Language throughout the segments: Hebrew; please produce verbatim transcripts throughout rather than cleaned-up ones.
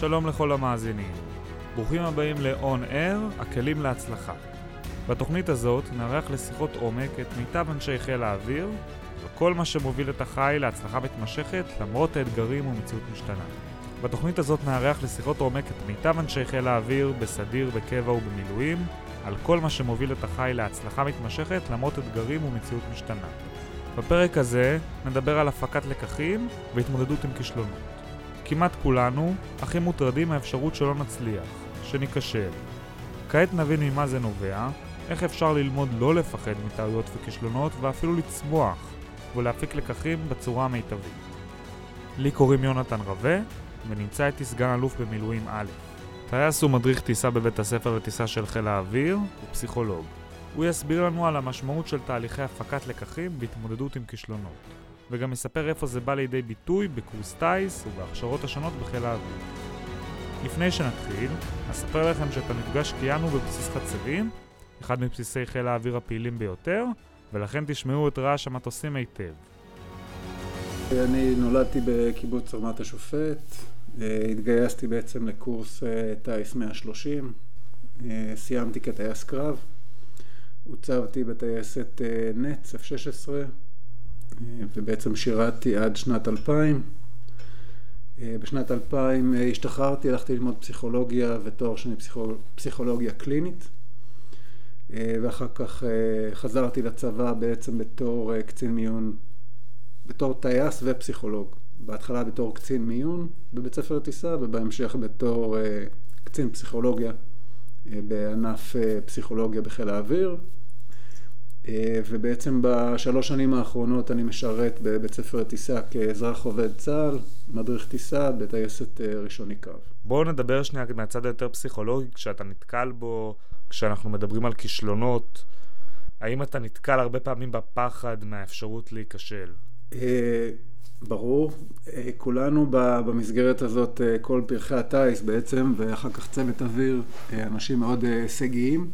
שלום לכל המאזינים. ברוכים הבאים ל-On Air, הכלים להצלחה. בתוכנית הזאת נערך לשיחות עומק את מיטב אנשי חיל האוויר, וכל מה שמוביל את החייל להצלחה מתמשכת למרות האתגרים ומציאות משתנה. בתוכנית הזאת נערך לשיחות עומק את מיטב אנשי חיל האוויר בסדיר, בקבע ובמילואים, על כל מה שמוביל את החייל להצלחה מתמשכת למרות אתגרים ומציאות משתנה. בפרק הזה נדבר על הפקת לקחים והתמודדות עם כישלונות. כמעט כולנו הכי מוטרדים מהאפשרות שלא נצליח, שניכשל. כעת נבין ממה זה נובע, איך אפשר ללמוד לא לפחד מטעויות וכישלונות ואפילו לצמוח ולהפיק לקחים בצורה המיטבית. לי קוראים יונתן רווה ונמצא איתי סגן אלוף במילואים א'. טייס הוא מדריך טיסה בבית הספר לטיסה של חיל האוויר ופסיכולוג. הוא יסביר לנו על המשמעות של תהליכי הפקת לקחים והתמודדות עם כישלונות, וגם יספר איפה זה בא לידי ביטוי בקורס טייס ובהכשרות השונות בחיל האוויר. לפני שנתחיל, אספר לכם שאת המפגש קיימנו בבסיס חצרים, אחד מבסיסי חיל האוויר הפעילים ביותר, ולכן תשמעו את רעש המטוסים היטב. אני נולדתי בקיבוץ רמת השופט, התגייסתי בעצם לקורס טייס מאה שלושים, סיימתי כטייס קרב, הוצבתי בטייסת נץ אף שש עשרה, ובעצם שירתתי עד שנת אלפיים. בשנת אלפיים השתחררתי, הלכתי ללמוד פסיכולוגיה ותואר שני פסיכולוגיה קלינית, ואחר כך חזרתי לצבא בעצם בתור קצין מיון, בתור טייס ופסיכולוג. בהתחלה בתור קצין מיון בבית ספר טיסה, ובהמשך בתור קצין פסיכולוגיה בענף פסיכולוגיה בחיל האוויר. ובעצם בשלוש שנים האחרונות אני משרת בבית ספר טיסה כאזרח עובד צה"ל, מדריך טיסה בטייסת ראשוני קרב. בואו נדבר שנייה מהצד היותר פסיכולוגי, כשאתה נתקל בו, כשאנחנו מדברים על כישלונות, האם אתה נתקל הרבה פעמים בפחד מהאפשרות להיכשל? ברור, כולנו במסגרת הזאת, כל פרחי הטייס בעצם, ואחר כך צוות אוויר, אנשים מאוד הישגיים,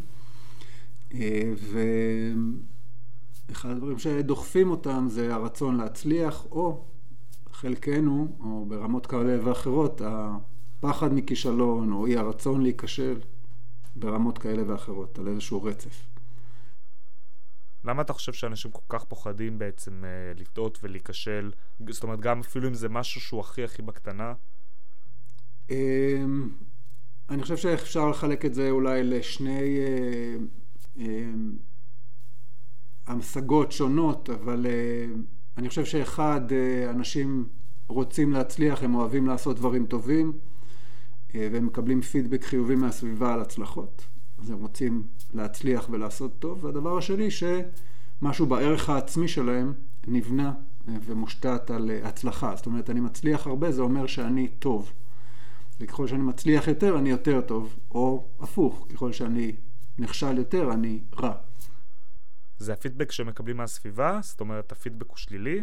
ואחד הדברים שדוחפים אותם זה הרצון להצליח, או חלקנו, או ברמות כאלה ואחרות, הפחד מכישלון, או אי הרצון להיכשל ברמות כאלה ואחרות, על איזשהו רצף. למה אתה חושב שאנשים כל כך פוחדים בעצם אה, לטעות ולהיכשל? זאת אומרת, גם אפילו אם זה משהו שהוא הכי הכי בקטנה? אה, אני חושב שאפשר לחלק את זה אולי לשני אה, אה, המשגות שונות, אבל אה, אני חושב שאחד, אה, אנשים רוצים להצליח, הם אוהבים לעשות דברים טובים, אה, והם מקבלים פידבק חיובי מהסביבה על הצלחות. אז הם רוצים להצליח ולעשות טוב, והדבר השני שמשהו בערך העצמי שלהם נבנה ומושתת על הצלחה. זאת אומרת, אני מצליח הרבה, זה אומר שאני טוב. וככל שאני מצליח יותר, אני יותר טוב, או הפוך, ככל שאני נכשל יותר, אני רע. זה הפידבק שמקבלים מהסביבה? זאת אומרת, הפידבק הוא שלילי?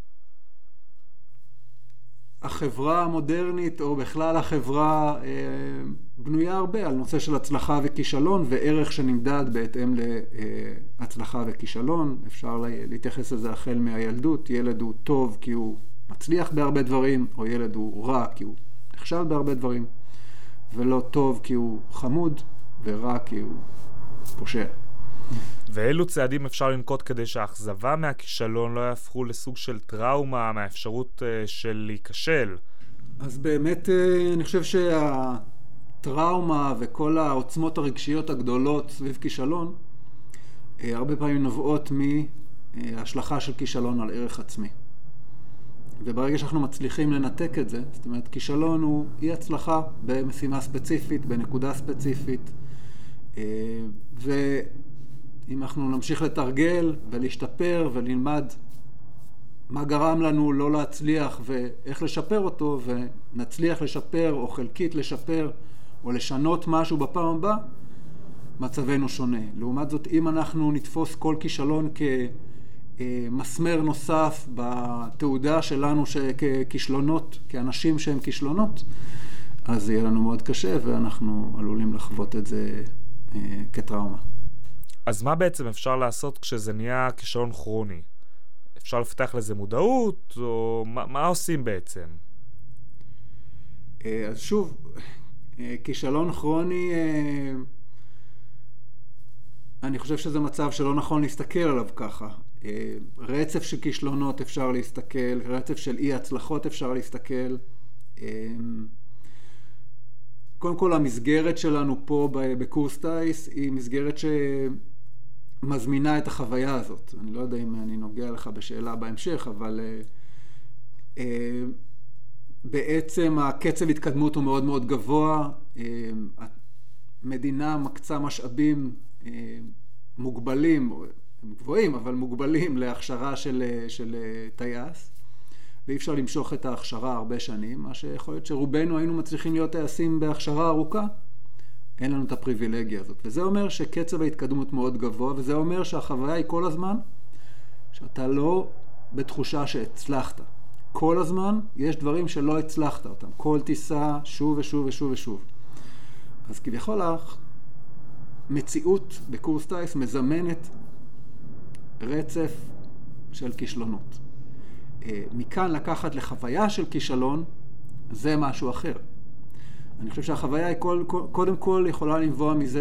החברה המודרנית, או בכלל החברה, בנויה הרבה על נושא של הצלחה וכישלון, וערך שנמדד בהתאם להצלחה וכישלון. אפשר להתייחס לזה החל מהילדות. ילד הוא טוב כי הוא מצליח בהרבה דברים, או ילד הוא רע כי הוא נכשל בהרבה דברים, ולא טוב כי הוא חמוד, ורע כי הוא פושע. ואילו צעדים אפשר לנקוט כדי שהאכזבה מהכישלון לא יהפכו לסוג של טראומה מהאפשרות של להיכשל? אז באמת אני חושב שהטראומה וכל העוצמות הרגשיות הגדולות סביב כישלון הרבה פעמים נובעות מהשלכה של כישלון על ערך עצמי. וברגע שאנחנו מצליחים לנתק את זה, זאת אומרת, כישלון הוא אי הצלחה במשימה ספציפית, בנקודה ספציפית, ו... אם אנחנו נמשיך לתרגל ולהשתפר וללמד מה גרם לנו לא להצליח ואיך לשפר אותו, ונצליח לשפר או חלקית לשפר או לשנות משהו בפעם הבאה, מצבנו שונה. לעומת זאת, אם אנחנו נתפוס כל כישלון כמסמר נוסף בתעודה שלנו ככישלונות, כאנשים שהם כישלונות, אז יהיה לנו מאוד קשה ואנחנו עלולים לחוות את זה כטראומה. אז מה בעצם אפשר לעשות כשזה נהיה כישלון כרוני? אפשר לפתח לזה מודעות, או מה, מה עושים בעצם? אז שוב, כישלון כרוני, אני חושב שזה מצב שלא נכון להסתכל עליו ככה. רצף של כישלונות אפשר להסתכל, רצף של אי הצלחות אפשר להסתכל. קודם כל, המסגרת שלנו פה בקורס טייס היא מסגרת שמזמינה את החוויה הזאת. אני לא יודע אם אני נוגע לך בשאלה בהמשך, אבל בעצם הקצב התקדמות הוא מאוד מאוד גבוה. המדינה מקצה משאבים מוגבלים, הם גבוהים, אבל מוגבלים להכשרה של, של טייס. ואי אפשר למשוך את ההכשרה הרבה שנים, מה שיכול להיות שרובנו היינו מצליחים להיות טייסים בהכשרה ארוכה. אין לנו את הפריבילגיה הזאת. וזה אומר שקצב ההתקדמות מאוד גבוה, וזה אומר שהחוויה היא כל הזמן שאתה לא בתחושה שהצלחת. כל הזמן יש דברים שלא הצלחת אותם. כל טיסה שוב ושוב ושוב ושוב. אז כביכול המציאות בקורס טייס מזמנת רצף של כישלונות. מכאן לקחת לחוויה של כישלון, זה משהו אחר. אני חושב שהחוויה היא כל, קודם כל יכולה לנבוע מזה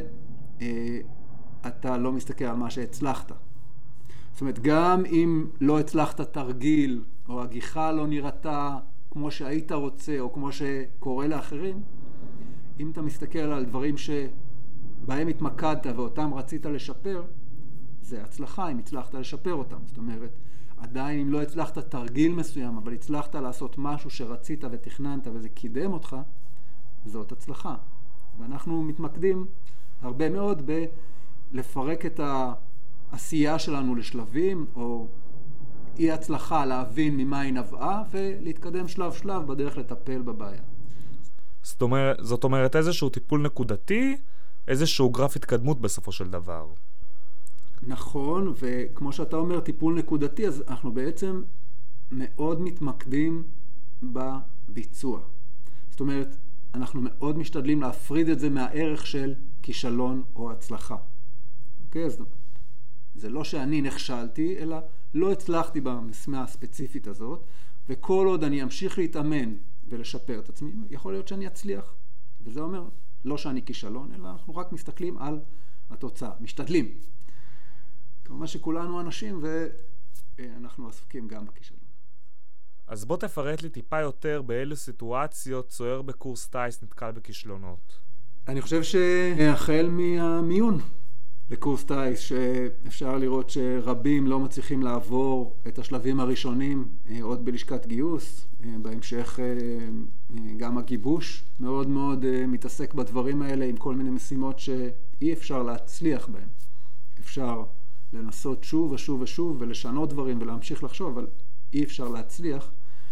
שאתה לא מסתכל על מה שהצלחת. זאת אומרת, גם אם לא הצלחת תרגיל, או הגיחה לא נראתה כמו שהיית רוצה, או כמו שקורה לאחרים, אם אתה מסתכל על דברים שבהם התמקדת ואותם רצית לשפר, זה הצלחה אם הצלחת לשפר אותם. זאת אומרת, עדיין אם לא הצלחת תרגיל מסוים, אבל הצלחת לעשות משהו שרצית ותכננת וזה קידם אותך, זאת הצלחה. ואנחנו מתמקדים הרבה מאוד בלפרק את העשייה שלנו לשלבים, או אי הצלחה להבין ממה היא נבעה, ולהתקדם שלב שלב בדרך לטפל בבעיה. זאת אומרת, זאת אומרת איזשהו טיפול נקודתי, איזשהו גרף התקדמות בסופו של דבר. נכון, וכמו שאתה אומר, טיפול נקודתי, אז אנחנו בעצם מאוד מתמקדים בביצוע. זאת אומרת, אנחנו מאוד משתדלים להפריד את זה מהערך של כישלון או הצלחה. אוקיי? אז זה לא שאני נכשלתי, אלא לא הצלחתי במשימה הספציפית הזאת, וכל עוד אני אמשיך להתאמן ולשפר את עצמי, יכול להיות שאני אצליח. וזה אומר, לא שאני כישלון, אלא אנחנו רק מסתכלים על התוצאה. משתדלים. כלומר שכולנו אנשים ואנחנו עסוקים גם בכישלון. אז בוא תפרט לי טיפה יותר באילו סיטואציות צוער בקורס טייס נתקל בכישלונות. אני חושב שהחל מהמיון לקורס טייס, שאפשר לראות שרבים לא מצליחים לעבור את השלבים הראשונים עוד בלשכת גיוס. בהמשך גם הגיבוש מאוד מאוד מתעסק בדברים האלה עם כל מיני משימות שאי אפשר להצליח בהם. אפשר לנסות שוב ושוב ושוב ולשנות דברים ולהמשיך לחשוב, אבל אי אפשר להצליח.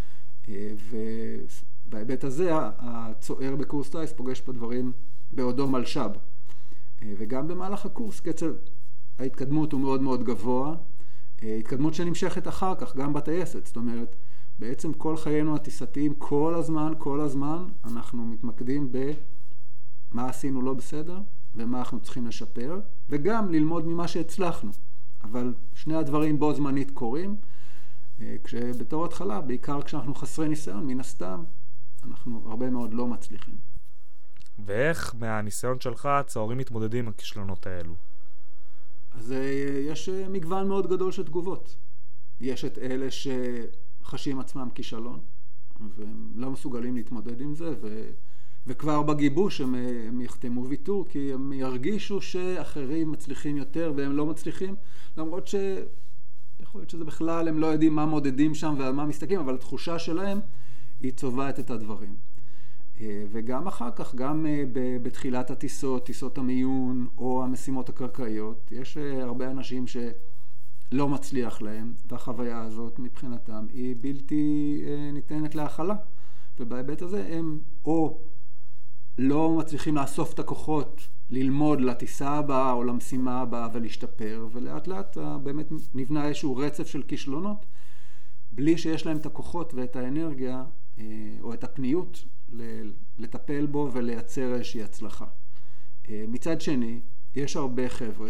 ובהיבט הזה הצוער בקורס טייס פוגש בדברים בעודו מלשב. וגם במהלך הקורס קצב ההתקדמות הוא מאוד מאוד גבוה, התקדמות שנמשכת אחר כך גם בטייסת. זאת אומרת, בעצם כל חיינו הטיסתיים כל הזמן, כל הזמן אנחנו מתמקדים במה עשינו לא בסדר ומה אנחנו צריכים לשפר, וגם ללמוד ממה שהצלחנו. אבל שני הדברים בו זמנית קורים, כשבתור התחלה, בעיקר כשאנחנו חסרי ניסיון, מן הסתם, אנחנו הרבה מאוד לא מצליחים. ואיך מהניסיון שלך צוערים מתמודדים עם הכישלונות האלו? אז יש מגוון מאוד גדול של תגובות. יש את אלה שחשים עצמם כישלון, והם לא מסוגלים להתמודד עם זה, ו... וכבר בגיבוש הם, הם יחתמו ויתור, כי הם ירגישו שאחרים מצליחים יותר והם לא מצליחים, למרות שיכול להיות שזה בכלל, הם לא יודעים מה מודדים שם ועל מה מסתכלים, אבל התחושה שלהם היא צובעת את הדברים. וגם אחר כך, גם בתחילת הטיסות, טיסות המיון או המשימות הקרקעיות, יש הרבה אנשים שלא מצליח להם, והחוויה הזאת מבחינתם היא בלתי ניתנת להכלה. ובהיבט הזה הם או לא מצליחים לאסוף את הכוחות ללמוד לטיסה הבאה או למשימה הבאה ולהשתפר, ולאט לאט באמת נבנה איזשהו רצף של כישלונות, בלי שיש להם את הכוחות ואת האנרגיה או את הפניות לטפל בו ולייצר איזושהי הצלחה. מצד שני, יש הרבה חבר'ה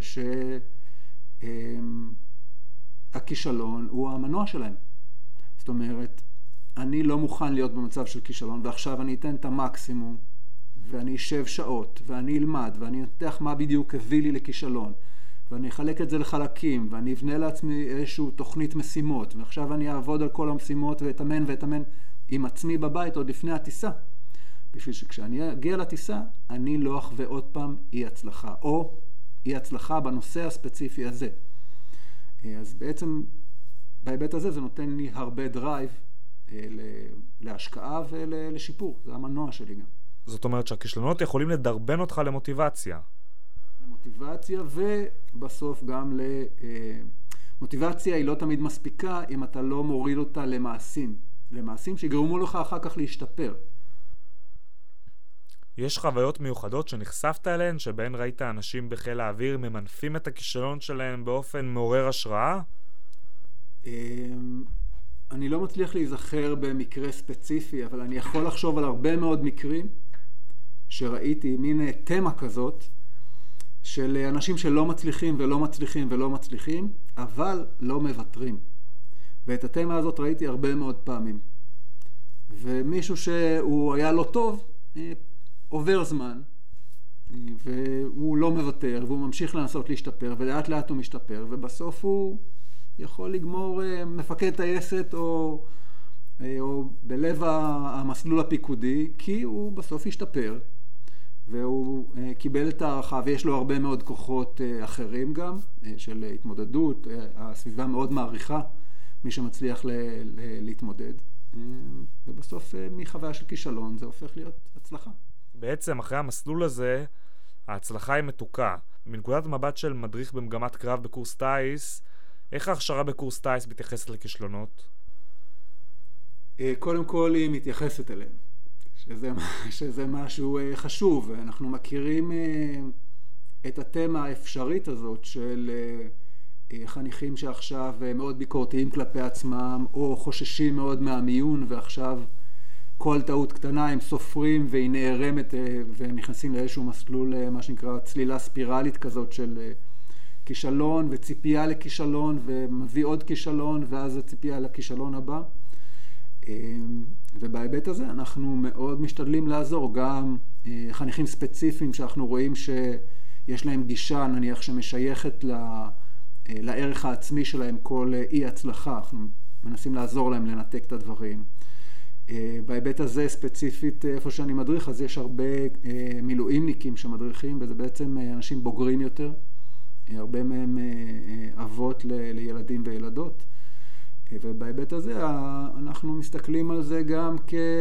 שהכישלון הוא המנוע שלהם. זאת אומרת, אני לא מוכן להיות במצב של כישלון, ועכשיו אני אתן את המקסימום, ואני אשב שעות, ואני אלמד, ואני אנתח מה בדיוק הביא לי לכישלון, ואני אחלק את זה לחלקים, ואני אבנה לעצמי איזושהי תוכנית משימות, ועכשיו אני אעבוד על כל המשימות, ואתאמן ואתאמן עם עצמי בבית עוד לפני הטיסה, בשביל שכשאני אגיע לטיסה, אני לא אחווה עוד פעם אי הצלחה, או אי הצלחה בנושא הספציפי הזה. אז בעצם, בהיבט הזה זה נותן לי הרבה דרייב להשקעה ולשיפור, זה המנוע שלי גם. זאת אומרת שהכישלונות יכולים לדרבן אותך למוטיבציה. למוטיבציה, ובסוף גם למוטיבציה היא לא תמיד מספיקה אם אתה לא מוריד אותה למעשים. למעשים שיגרמו לך אחר כך להשתפר. יש חוויות מיוחדות שנחשפת אליהן, שבהן ראית אנשים בחיל האוויר ממנפים את הכישלון שלהם באופן מעורר השראה? אני לא מצליח להיזכר במקרה ספציפי, אבל אני יכול לחשוב על הרבה מאוד מקרים שראיתי מין תמה כזאת של אנשים שלא מצליחים ולא מצליחים ולא מצליחים, אבל לא מוותרים. ואת התמה הזאת ראיתי הרבה מאוד פעמים. ומישהו שהוא היה לא טוב, עובר זמן, והוא לא מוותר, והוא ממשיך לנסות להשתפר, ולאט לאט הוא משתפר, ובסוף הוא יכול לגמור מפקד טייסת או, או בלב המסלול הפיקודי, כי הוא בסוף השתפר, והוא קיבל את הערכה, ויש לו הרבה מאוד כוחות אחרים גם, של התמודדות, הסביבה מאוד מעריכה, מי שמצליח ל- ל- להתמודד, ובסוף מחוויה של כישלון זה הופך להיות הצלחה. בעצם אחרי המסלול הזה, ההצלחה היא מתוקה. מנקודת מבט של מדריך במגמת קרב בקורס טייס, איך ההכשרה בקורס טייס מתייחסת לכישלונות? קודם כל היא מתייחסת אליהם, שזה, שזה משהו חשוב. אנחנו מכירים את התמה האפשרית הזאת של חניכים שעכשיו מאוד ביקורתיים כלפי עצמם, או חוששים מאוד מהמיון, ועכשיו כל טעות קטנה הם סופרים והיא נערמת ונכנסים לאיזשהו מסלול, מה שנקרא צלילה ספירלית כזאת של כישלון וציפייה לכישלון ומביא עוד כישלון ואז הציפייה לכישלון הבא. ובהיבט הזה אנחנו מאוד משתדלים לעזור גם חניכים ספציפיים שאנחנו רואים שיש להם גישה נניח שמשייכת ל... לערך העצמי שלהם כל אי הצלחה, אנחנו מנסים לעזור להם לנתק את הדברים. בהיבט הזה ספציפית איפה שאני מדריך, אז יש הרבה מילואימניקים שמדריכים, וזה בעצם אנשים בוגרים יותר, הרבה מהם אבות לילדים וילדות, ובהיבט הזה אנחנו מסתכלים על זה גם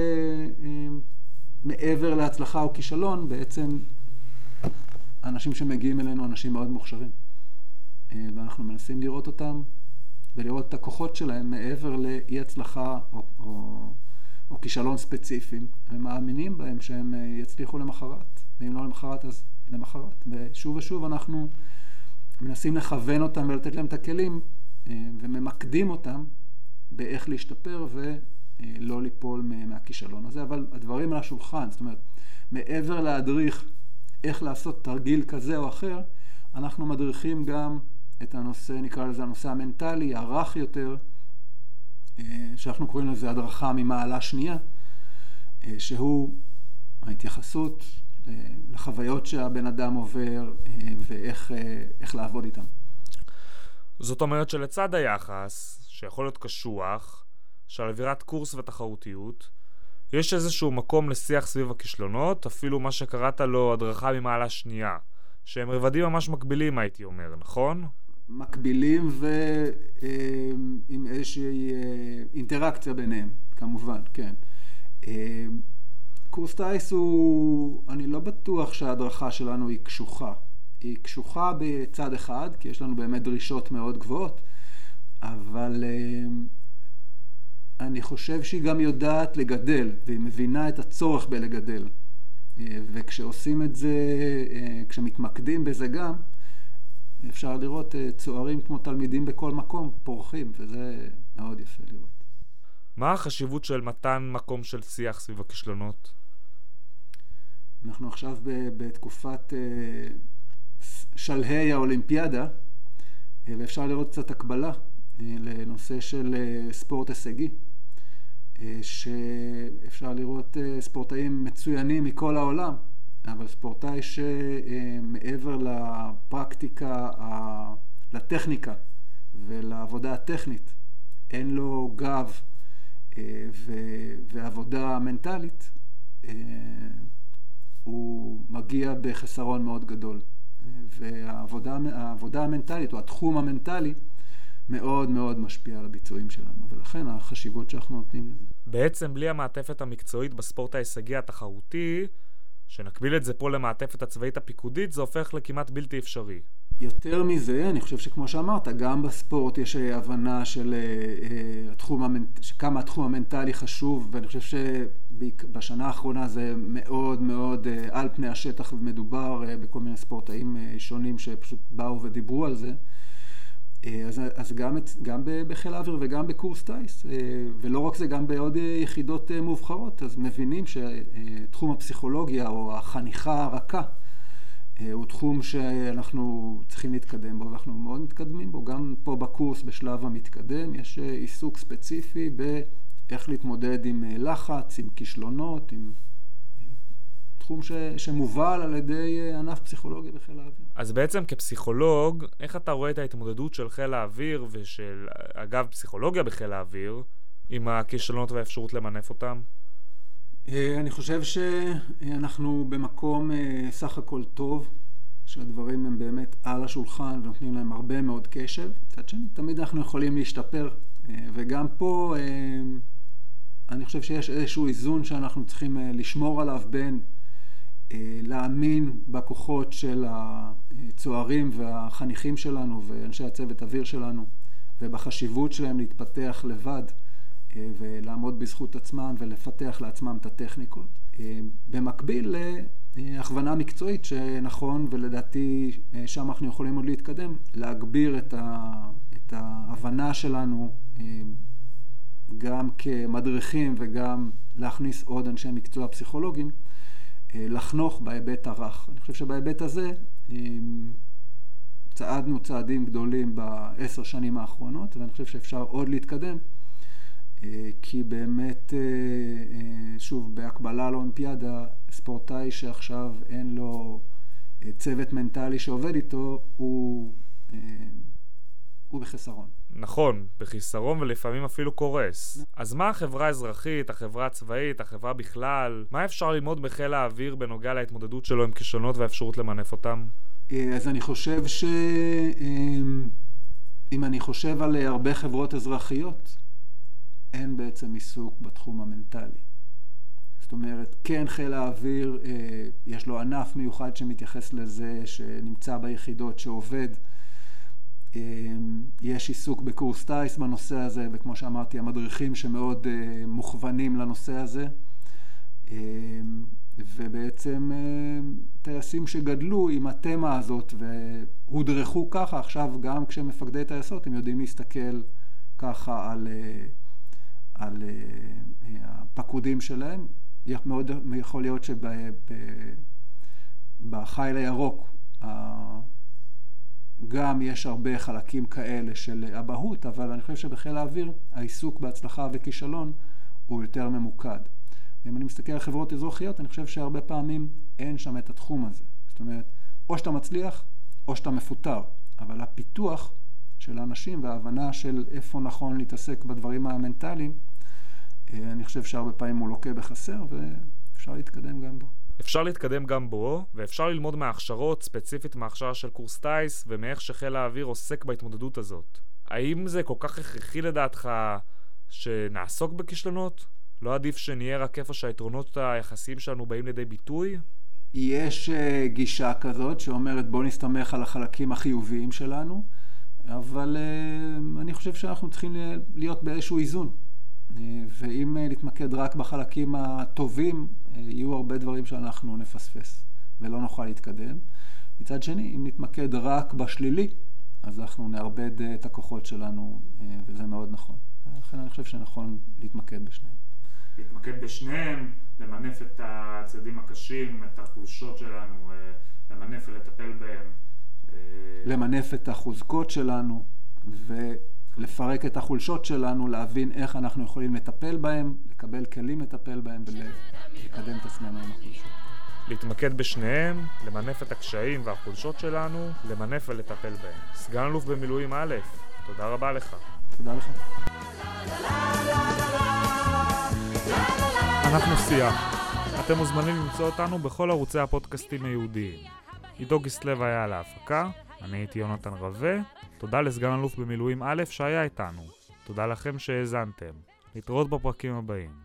כמעבר להצלחה או כישלון, בעצם אנשים שמגיעים אלינו אנשים מאוד מוכשרים. ואנחנו מנסים לראות אותם ולראות את הכוחות שלהם מעבר לאי הצלחה או, או, או כישלון ספציפיים. הם מאמינים בהם שהם יצליחו למחרת, ואם לא למחרת אז למחרת. ושוב ושוב אנחנו מנסים לכוון אותם ולתת להם את הכלים וממקדים אותם באיך להשתפר ולא ליפול מהכישלון הזה. אבל הדברים על השולחן, זאת אומרת, מעבר להדריך איך לעשות תרגיל כזה או אחר, אנחנו מדריכים גם את הנושא, נקרא לזה הנושא המנטלי, הרך יותר, שאנחנו קוראים לזה הדרכה ממעלה שנייה, שהוא ההתייחסות לחוויות שהבן אדם עובר ואיך איך לעבוד איתם. זאת אומרת שלצד היחס, שיכול להיות קשוח, של אווירת קורס ותחרותיות, יש איזשהו מקום לשיח סביב הכישלונות, אפילו מה שקראת לו הדרכה ממעלה שנייה, שהם רבדים ממש מקבילים, הייתי אומר, נכון? מקבילים ועם איזושהי אינטראקציה ביניהם, כמובן, כן. קורס טייס הוא, אני לא בטוח שההדרכה שלנו היא קשוחה. היא קשוחה בצד אחד, כי יש לנו באמת דרישות מאוד גבוהות, אבל אני חושב שהיא גם יודעת לגדל, והיא מבינה את הצורך בלגדל. וכשעושים את זה, כשמתמקדים בזה גם, אפשר לראות צוערים כמו תלמידים בכל מקום, פורחים, וזה מאוד יפה לראות. מה החשיבות של מתן מקום של שיח סביב הכישלונות? אנחנו עכשיו בתקופת שלהי האולימפיאדה, ואפשר לראות קצת הקבלה לנושא של ספורט הישגי. שאפשר לראות ספורטאים מצוינים מכל העולם, אבל ספורטאי שמעבר לפרקטיקה, לטכניקה ולעבודה הטכנית, אין לו גב ועבודה מנטלית, הוא מגיע בחסרון מאוד גדול. והעבודה העבודה המנטלית, או התחום המנטלי, מאוד מאוד משפיע על הביצועים שלנו, ולכן החשיבות שאנחנו נותנים לזה. בעצם בלי המעטפת המקצועית בספורט ההישגי התחרותי, שנקביל את זה פה למעטפת הצבאית הפיקודית, זה הופך לכמעט בלתי אפשרי. יותר מזה, אני חושב שכמו שאמרת, גם בספורט יש הבנה של התחום, כמה התחום המנטלי חשוב, ואני חושב שבשנה האחרונה זה מאוד מאוד על פני השטח ומדובר בכל מיני ספורטאים שונים שפשוט באו ודיברו על זה. אז, אז גם, גם בחיל האוויר וגם בקורס טייס, ולא רק זה, גם בעוד יחידות מובחרות, אז מבינים שתחום הפסיכולוגיה או החניכה הרכה, הוא תחום שאנחנו צריכים להתקדם בו, ואנחנו מאוד מתקדמים בו. גם פה בקורס בשלב המתקדם יש עיסוק ספציפי באיך להתמודד עם לחץ, עם כישלונות, עם תחום ש... שמובל על ידי ענף פסיכולוגיה בחיל האוויר. אז בעצם כפסיכולוג, איך אתה רואה את ההתמודדות של חיל האוויר ושל, אגב, פסיכולוגיה בחיל האוויר, עם הכישלונות והאפשרות למנף אותם? אני חושב שאנחנו במקום סך הכל טוב, שהדברים הם באמת על השולחן ונותנים להם הרבה מאוד קשב. מצד שני, תמיד אנחנו יכולים להשתפר, וגם פה אני חושב שיש איזשהו איזון שאנחנו צריכים לשמור עליו בין להאמין בכוחות של הצוערים והחניכים שלנו ואנשי הצוות אוויר שלנו, ובחשיבות שלהם להתפתח לבד ולעמוד בזכות עצמם ולפתח לעצמם את הטכניקות. במקביל להכוונה מקצועית שנכון, ולדעתי שם אנחנו יכולים עוד להתקדם, להגביר את, ה, את ההבנה שלנו גם כמדריכים וגם להכניס עוד אנשי מקצוע פסיכולוגיים, לחנוך בהיבט הרך. אני חושב שבהיבט הזה צעדנו צעדים גדולים בעשר שנים האחרונות, ואני חושב שאפשר עוד להתקדם, כי באמת, שוב, בהקבלה לאולימפיאדה, ספורטאי שעכשיו אין לו צוות מנטלי שעובד איתו, הוא, הוא בחסרון. נכון, בחיסרון ולפעמים אפילו קורס. אז מה החברה האזרחית, החברה הצבאית, החברה בכלל? מה אפשר ללמוד בחיל האוויר בנוגע להתמודדות שלו עם כישלונות והאפשרות למנף אותם? אז אני חושב ש... אם אני חושב על הרבה חברות אזרחיות, אין בעצם עיסוק בתחום המנטלי. זאת אומרת, כן, חיל האוויר, יש לו ענף מיוחד שמתייחס לזה, שנמצא ביחידות, שעובד. יש עיסוק בקורס טייס בנושא הזה, וכמו שאמרתי, המדריכים שמאוד מוכוונים לנושא הזה. ובעצם טייסים שגדלו עם התמה הזאת והודרכו ככה, עכשיו גם כשמפקדי טייסות הם יודעים להסתכל ככה על, על הפקודים שלהם. מאוד יכול להיות שבחיל הירוק גם יש הרבה חלקים כאלה של אבהות, אבל אני חושב שבחיל האוויר העיסוק בהצלחה וכישלון הוא יותר ממוקד. ואם אני מסתכל על חברות אזרחיות, אני חושב שהרבה פעמים אין שם את התחום הזה. זאת אומרת, או שאתה מצליח, או שאתה מפוטר. אבל הפיתוח של האנשים וההבנה של איפה נכון להתעסק בדברים המנטליים, אני חושב שהרבה פעמים הוא לוקה בחסר, ואפשר להתקדם גם בו. אפשר להתקדם גם בו, ואפשר ללמוד מההכשרות, ספציפית מההכשרה של קורס טייס, ומאיך שחיל האוויר עוסק בהתמודדות הזאת. האם זה כל כך הכרחי לדעתך שנעסוק בכישלונות? לא עדיף שנהיה רק איפה שהיתרונות היחסיים שלנו באים לידי ביטוי? יש גישה כזאת שאומרת בוא נסתמך על החלקים החיוביים שלנו, אבל אני חושב שאנחנו צריכים להיות באיזשהו איזון. ואם נתמקד רק בחלקים הטובים, יהיו הרבה דברים שאנחנו נפספס ולא נוכל להתקדם. מצד שני, אם נתמקד רק בשלילי, אז אנחנו נאבד את הכוחות שלנו, וזה מאוד נכון. לכן אני חושב שנכון להתמקד בשניהם. להתמקד בשניהם, למנף את הצדדים הקשים, את החולשות שלנו, למנף ולטפל בהם. למנף את החוזקות שלנו, לפרק את החולשות שלנו, להבין איך אנחנו יכולים לטפל בהם, לקבל כלים לטפל בהם ולקדם את עצמנו עם החולשות. להתמקד בשניהם, למנף את הקשיים והחולשות שלנו, למנף ולטפל בהם. סגן אלוף במילואים א', תודה רבה לך. תודה לך. אנחנו סיימנו. אתם מוזמנים למצוא אותנו בכל ערוצי הפודקאסטים היהודיים. עידו גיסלב היה על ההפקה, אני הייתי יונתן רווה. תודה לסגן אלוף במילואים א' שהיה איתנו. תודה לכם שהאזנתם. להתראות בפרקים הבאים.